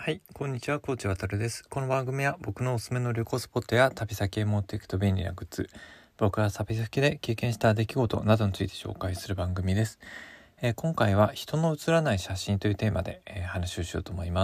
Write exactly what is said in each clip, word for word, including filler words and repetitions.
はい、こんにちは、コーチわたるです。この番組は僕のおすすめの旅行スポットや旅先へ持っていくと便利なグッズ、僕が旅先で経験した出来事などについて紹介する番組です。えー、今回は人の写らない写真というテーマで、えー、話をしようと思います。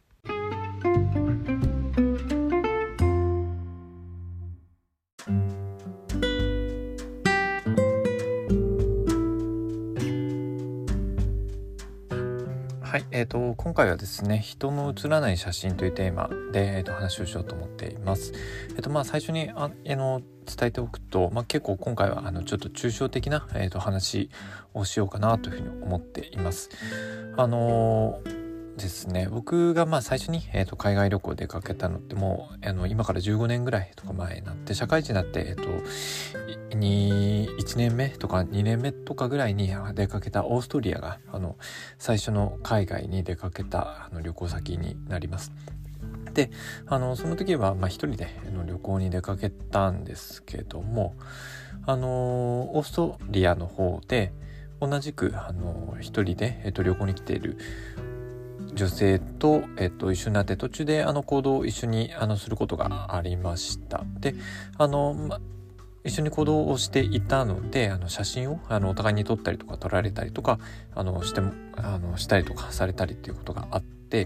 はい、えーと、今回はですね、人の写らない写真というテーマで、えーと、話をしようと思っています。えーとまあ、最初にああの伝えておくと、まあ、結構今回はあのちょっと抽象的な、えーと話をしようかなというふうに思っています。あのーですね、僕がまあ最初に、えーと海外旅行出かけたのってもうあの今からじゅうごねんぐらいとか前になって、社会人になって、えーとにいちねんめとかにねんめとかぐらいに出かけたオーストリアがあの最初の海外に出かけたあの旅行先になります。で、あのその時はまあ一人であの旅行に出かけたんですけども、あのオーストリアの方で同じくあの一人で、えっと、旅行に来ている女性と、えっと、一緒になって途中であの行動を一緒にあのすることがありました。で、あの、ま、一緒に行動をしていたので、あの写真をあのお互いに撮ったりとか撮られたりとかあのしてもあのしたりとかされたりっていうことがあって、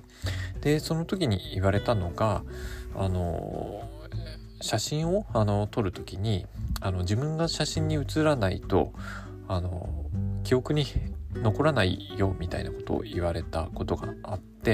でその時に言われたのが、あの写真をあの撮る時にあの自分が写真に写らないとあの記憶に残らないよみたいなことを言われたことがあって、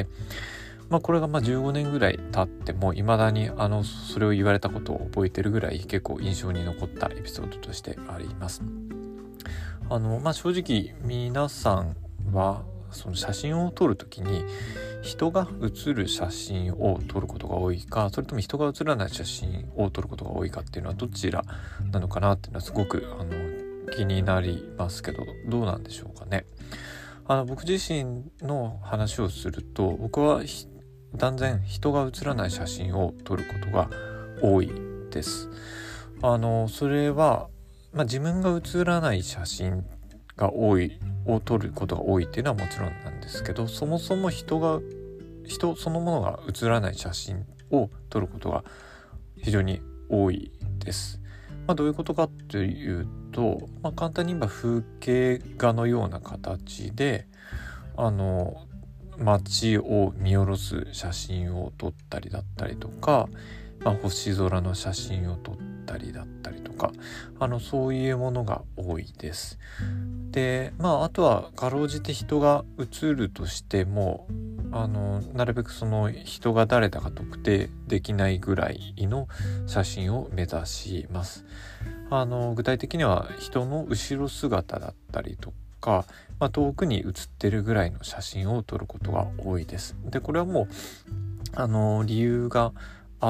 まあ、これがまあじゅうごねんぐらい経っても未だにあのそれを言われたことを覚えてるぐらい結構印象に残ったエピソードとしてあります。あの、まあ、正直皆さんはその写真を撮るときに人が写る写真を撮ることが多いか、それとも人が写らない写真を撮ることが多いかっていうのはどちらなのかなっていうのはすごくあの気になりますけど、どうなんでしょうかね。あの僕自身の話をすると、僕は断然人が写らない写真を撮ることが多いです。あのそれは、まあ、自分が写らない写真が多いを撮ることが多いっていうのはもちろんなんですけど、そもそも人が人そのものが写らない写真を撮ることが非常に多いです。まあ、どういうことかというと、まあ、簡単に言えば風景画のような形であの街を見下ろす写真を撮ったりだったりとか、まあ、星空の写真を撮ったりだったりとか、あのそういうものが多いです。で、まああとはかろうじて人が写るとしても、あのなるべくその人が誰だか特定できないぐらいの写真を目指します。あの具体的には人の後ろ姿だったりとか、まあ、遠くに写ってるぐらいの写真を撮ることが多いです。で、これはもうあの理由があって、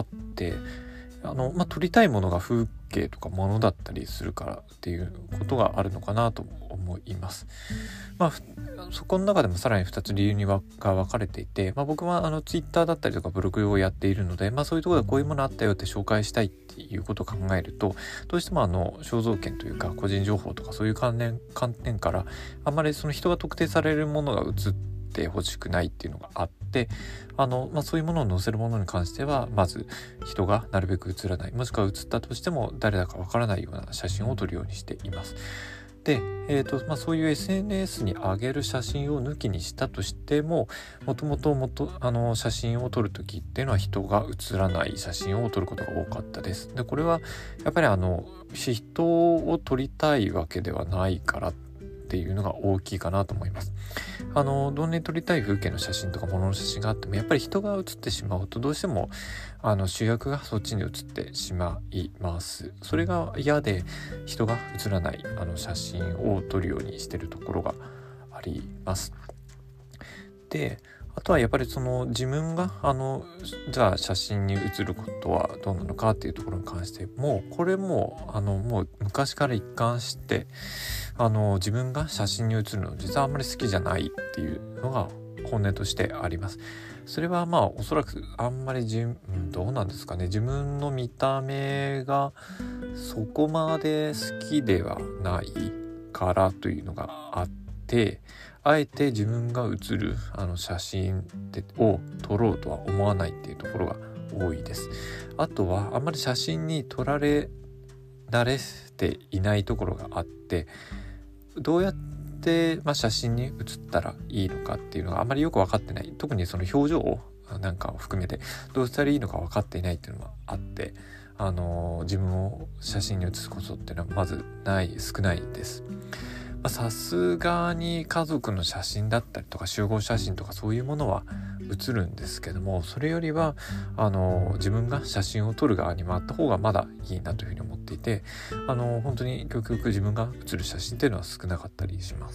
あの、まあ、撮りたいものが風景とかものだったりするからっていうことがあるのかなと思います。まあ、そこの中でもさらにふたつ理由にはが分かれていて、まあ、僕はあのツイッターだったりとかブログをやっているので、まあ、そういうところでこういうものあったよって紹介したいっていうことを考えると、どうしてもあの肖像権というか個人情報とかそういう関連観点からあんまりその人が特定されるものが映って欲しくないっていうのがあって、あの、まあ、そういうものを載せるものに関してはまず人がなるべく写らない、もしくは写ったとしても誰だかわからないような写真を撮るようにしています。で、えーとまあ、そういう エスエヌエス に上げる写真を抜きにしたとしても、もともともとあの写真を撮る時っていうのは人が写らない写真を撮ることが多かったです。で、これはやっぱりあの人を撮りたいわけではないからっていうのが大きいかなと思います。あのどんなに撮りたい風景の写真とか物の写真があっても、やっぱり人が写ってしまうとどうしてもあの主役がそっちに写ってしまいます。それが嫌で人が写らないあの写真を撮るようにしてるところがあります。で、あとはやっぱりその自分があのじゃあ写真に写ることはどうなのかっていうところに関しても、これもあのもう昔から一貫してあの自分が写真に写るの実はあんまり好きじゃないっていうのが本音としてあります。それはまあおそらくあんまりじ、うん、どうなんですかね、自分の見た目がそこまで好きではないからというのがあってあえて自分が写るあの写真を撮ろうとは思わないっていうところが多いです。あとはあんまり写真に撮られ慣れていないところがあって、どうやって、まあ、写真に写ったらいいのかっていうのがあまりよく分かってない、特にその表情をなんかを含めてどうしたらいいのか分かっていないっていうのがあって、あのー、自分を写真に写すことっていうのはまずない少ないです。さすがに家族の写真だったりとか集合写真とかそういうものは写るんですけども、それよりはあの自分が写真を撮る側に回った方がまだいいなというふうに思っていて、あの本当に極力自分が写る写真っていうのは少なかったりします。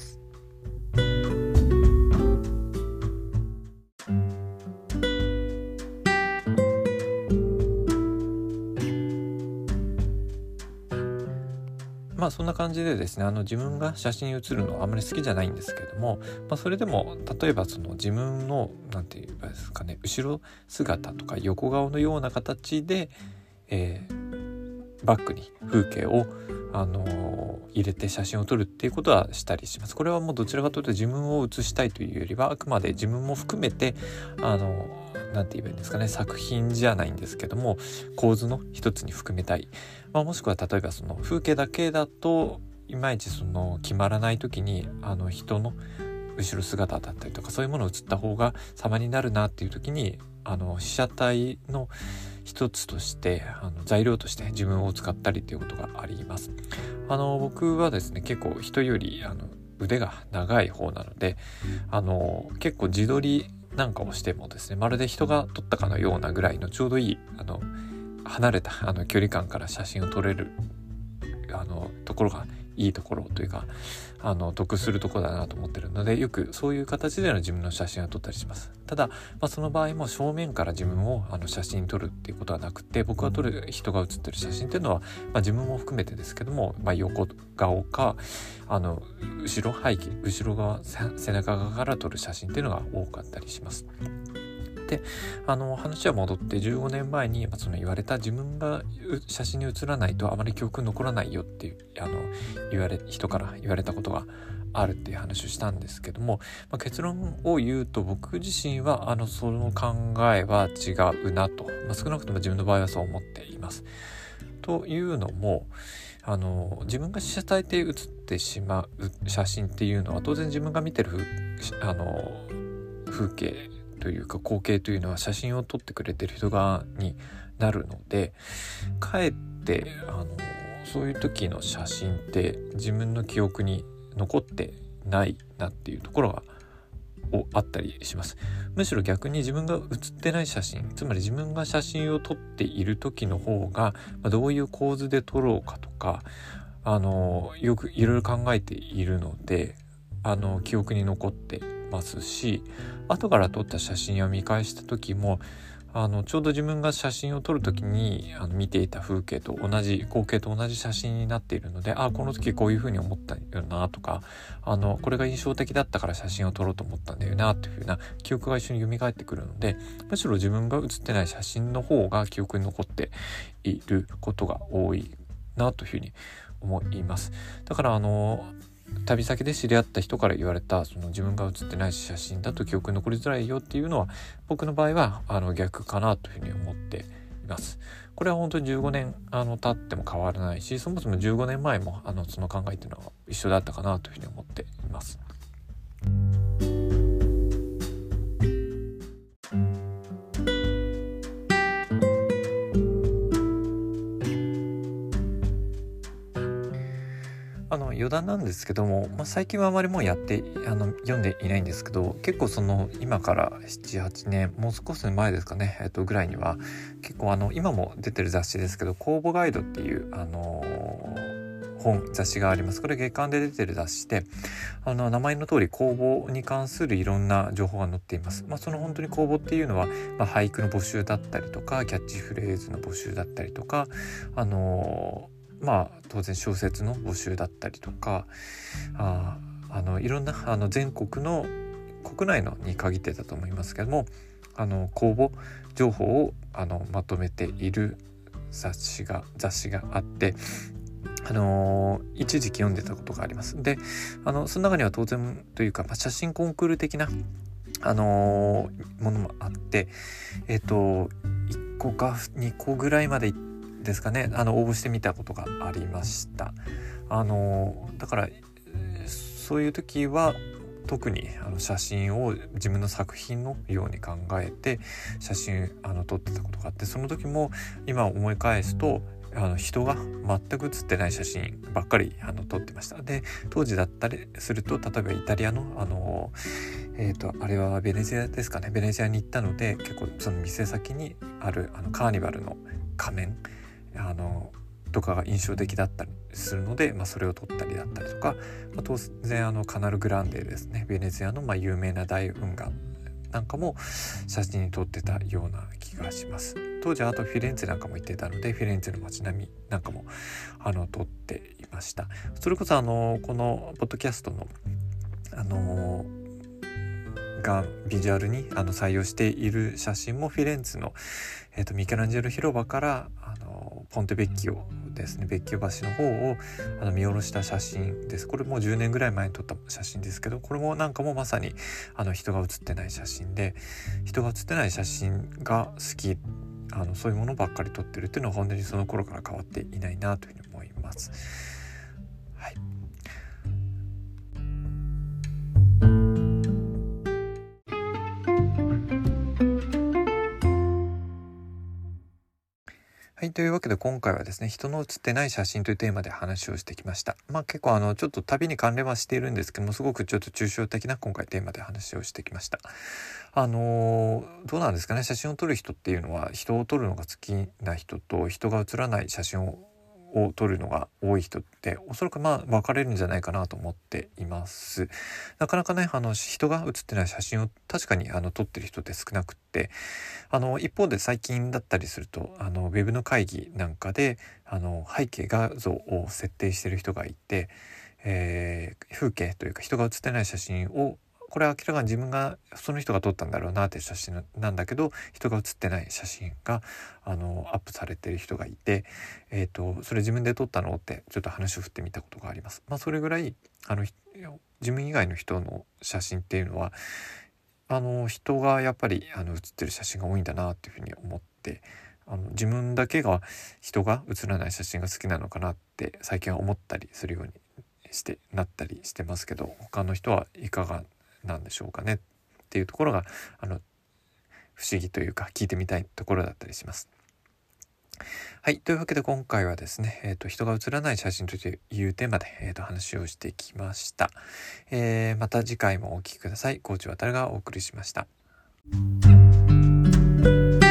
まあそんな感じでですね、あの自分が写真に写るのはあんまり好きじゃないんですけども、まあ、それでも例えばその自分のなんて言えばですかね、後ろ姿とか横顔のような形で、えー、バックに風景を、あのー、入れて写真を撮るっていうことはしたりします。これはもうどちらかというと自分を写したいというよりはあくまで自分も含めてあのー、なんて言えばいいんですかね、作品じゃないんですけども構図の一つに含めたい、まあ、もしくは例えばその風景だけだといまいちその決まらない時にあの人の後ろ姿だったりとかそういうものを写った方が様になるなっていう時にあの被写体の一つとしてあの材料として自分を使ったりっていうことがあります。あの僕はですね結構人よりあの腕が長い方なのであの結構自撮りなんかをしてもですねまるで人が撮ったかのようなぐらいのちょうどいいあの離れたあの距離感から写真を撮れるあのところがいいところというかあの得するところだなと思ってるのでよくそういう形での自分の写真を撮ったりします。ただ、まあ、その場合も正面から自分をあの写真撮るっていうことはなくて僕が撮る人が写ってる写真っていうのは、まあ、自分も含めてですけども、まあ、横顔かあの後ろ背景後ろ側背中側から撮る写真っていうのが多かったりします。であの話は戻ってじゅうごねんまえにその言われた自分が写真に写らないとあまり記憶に残らないよっていうあの言われ人から言われたことがあるっていう話をしたんですけども、まあ、結論を言うと僕自身はあのその考えは違うなと、まあ、少なくとも自分の場合はそう思っています。というのもあの自分が被写体で写ってしまう写真っていうのは当然自分が見てるあの風景というか光景というのは写真を撮ってくれてる人側になるのでかえってあのそういう時の写真って自分の記憶に残ってないなっていうところがあったりします。むしろ逆に自分が写ってない写真つまり自分が写真を撮っている時の方がどういう構図で撮ろうかとかあのよくいろいろ考えているのであの記憶に残ってますし後から撮った写真を見返した時もあのちょうど自分が写真を撮る時にあの見ていた風景と同じ光景と同じ写真になっているのであこの時こういう風に思ったよなとかあのこれが印象的だったから写真を撮ろうと思ったんだよなという風な記憶が一緒に蘇ってくるのでむしろ自分が写ってない写真の方が記憶に残っていることが多いなという風に思います。だからあの旅先で知り合った人から言われたその自分が写ってない写真だと記憶に残りづらいよっていうのは僕の場合はあの逆かなというふうに思っています。これは本当にじゅうごねんあの経っても変わらないしそもそもじゅうごねんまえもあのその考えっていうのは一緒だったかなというふうに思っています。あの余談なんですけども、まあ、最近はあまりもうやってあの読んでいないんですけど結構その今からななはちねんもう少し前ですかね、えっと、ぐらいには結構あの今も出てる雑誌ですけど公募ガイドっていうあのー、本雑誌があります。これ月刊で出てる雑誌であの名前の通り公募に関するいろんな情報が載っています。まあ、その本当に公募っていうのは、まあ、俳句の募集だったりとかキャッチフレーズの募集だったりとかあのーまあ当然小説の募集だったりとかああのいろんなあの全国の国内のに限ってたと思いますけどもあの公募情報をあのまとめている雑誌が雑誌があってあのー、一時期読んでたことがあります。で、あのその中には当然というか、まあ、写真コンクール的な、あのー、ものもあって、えっといっこかにこぐらいまでですかね、あの応募してみたことがありました。あのー、だからそういう時は特にあの写真を自分の作品のように考えて写真あの撮ってたことがあって、その時も今思い返すとあの人が全く写ってない写真ばっかりあの撮ってました。で、当時だったりすると、例えばイタリアのあのえーとあれはベネチアですかね、ベネチアに行ったので、結構その店先にあるあのカーニバルの仮面あのとかが印象的だったりするので、まあ、それを撮ったりだったりとか、まあ、当然あのカナルグランデですね、ベネチアのまあ有名な大運河なんかも写真に撮ってたような気がします。当時あとフィレンツェなんかも行ってたので、フィレンツェの街並みなんかもあの撮っていました。それこそあのこのポッドキャストのあのがビジュアルにあの採用している写真もフィレンツェの、えー、とミケランジェロ広場からあのポンテベッキオですね、ベッキオ橋の方をあの見下ろした写真です。これもうじゅうねんぐらい前に撮った写真ですけど、これもなんかもまさにあの人が写ってない写真で、人が写ってない写真が好き、あのそういうものばっかり撮ってるっていうのは本当にその頃から変わっていないなというふうに思います。はい。はい、というわけで今回はですね、人の写ってない写真というテーマで話をしてきました。まあ結構あのちょっと旅に関連はしているんですけども、すごくちょっと抽象的な今回テーマで話をしてきました。あのー、どうなんですかね、写真を撮る人っていうのは人を撮るのが好きな人と人が写らない写真をを撮るのが多い人っておそらくまあ分かれるんじゃないかなと思っています。なかなかね、あの人が写ってない写真を確かにあの撮ってる人って少なくって、あの一方で最近だったりするとあのウェブの会議なんかであの背景画像を設定している人がいて、えー、風景というか人が写ってない写真を、これは明らかに自分がその人が撮ったんだろうなっていう写真なんだけど、人が写ってない写真があのアップされている人がいて、えーと、それ自分で撮ったのってちょっと話を振ってみたことがあります。まあ、それぐらいあの自分以外の人の写真っていうのはあの人がやっぱりあの写ってる写真が多いんだなっていうふうに思って、あの自分だけが人が写らない写真が好きなのかなって最近は思ったりするようにしてなったりしてますけど、他の人はいかがなんでしょうかねっていうところがあの不思議というか聞いてみたいところだったりします。はい、というわけで今回はですね、えーと、人が写らない写真というテーマで、えーと、話をしてきました。えー、また次回もお聞きください。コーチ渡がお送りしました。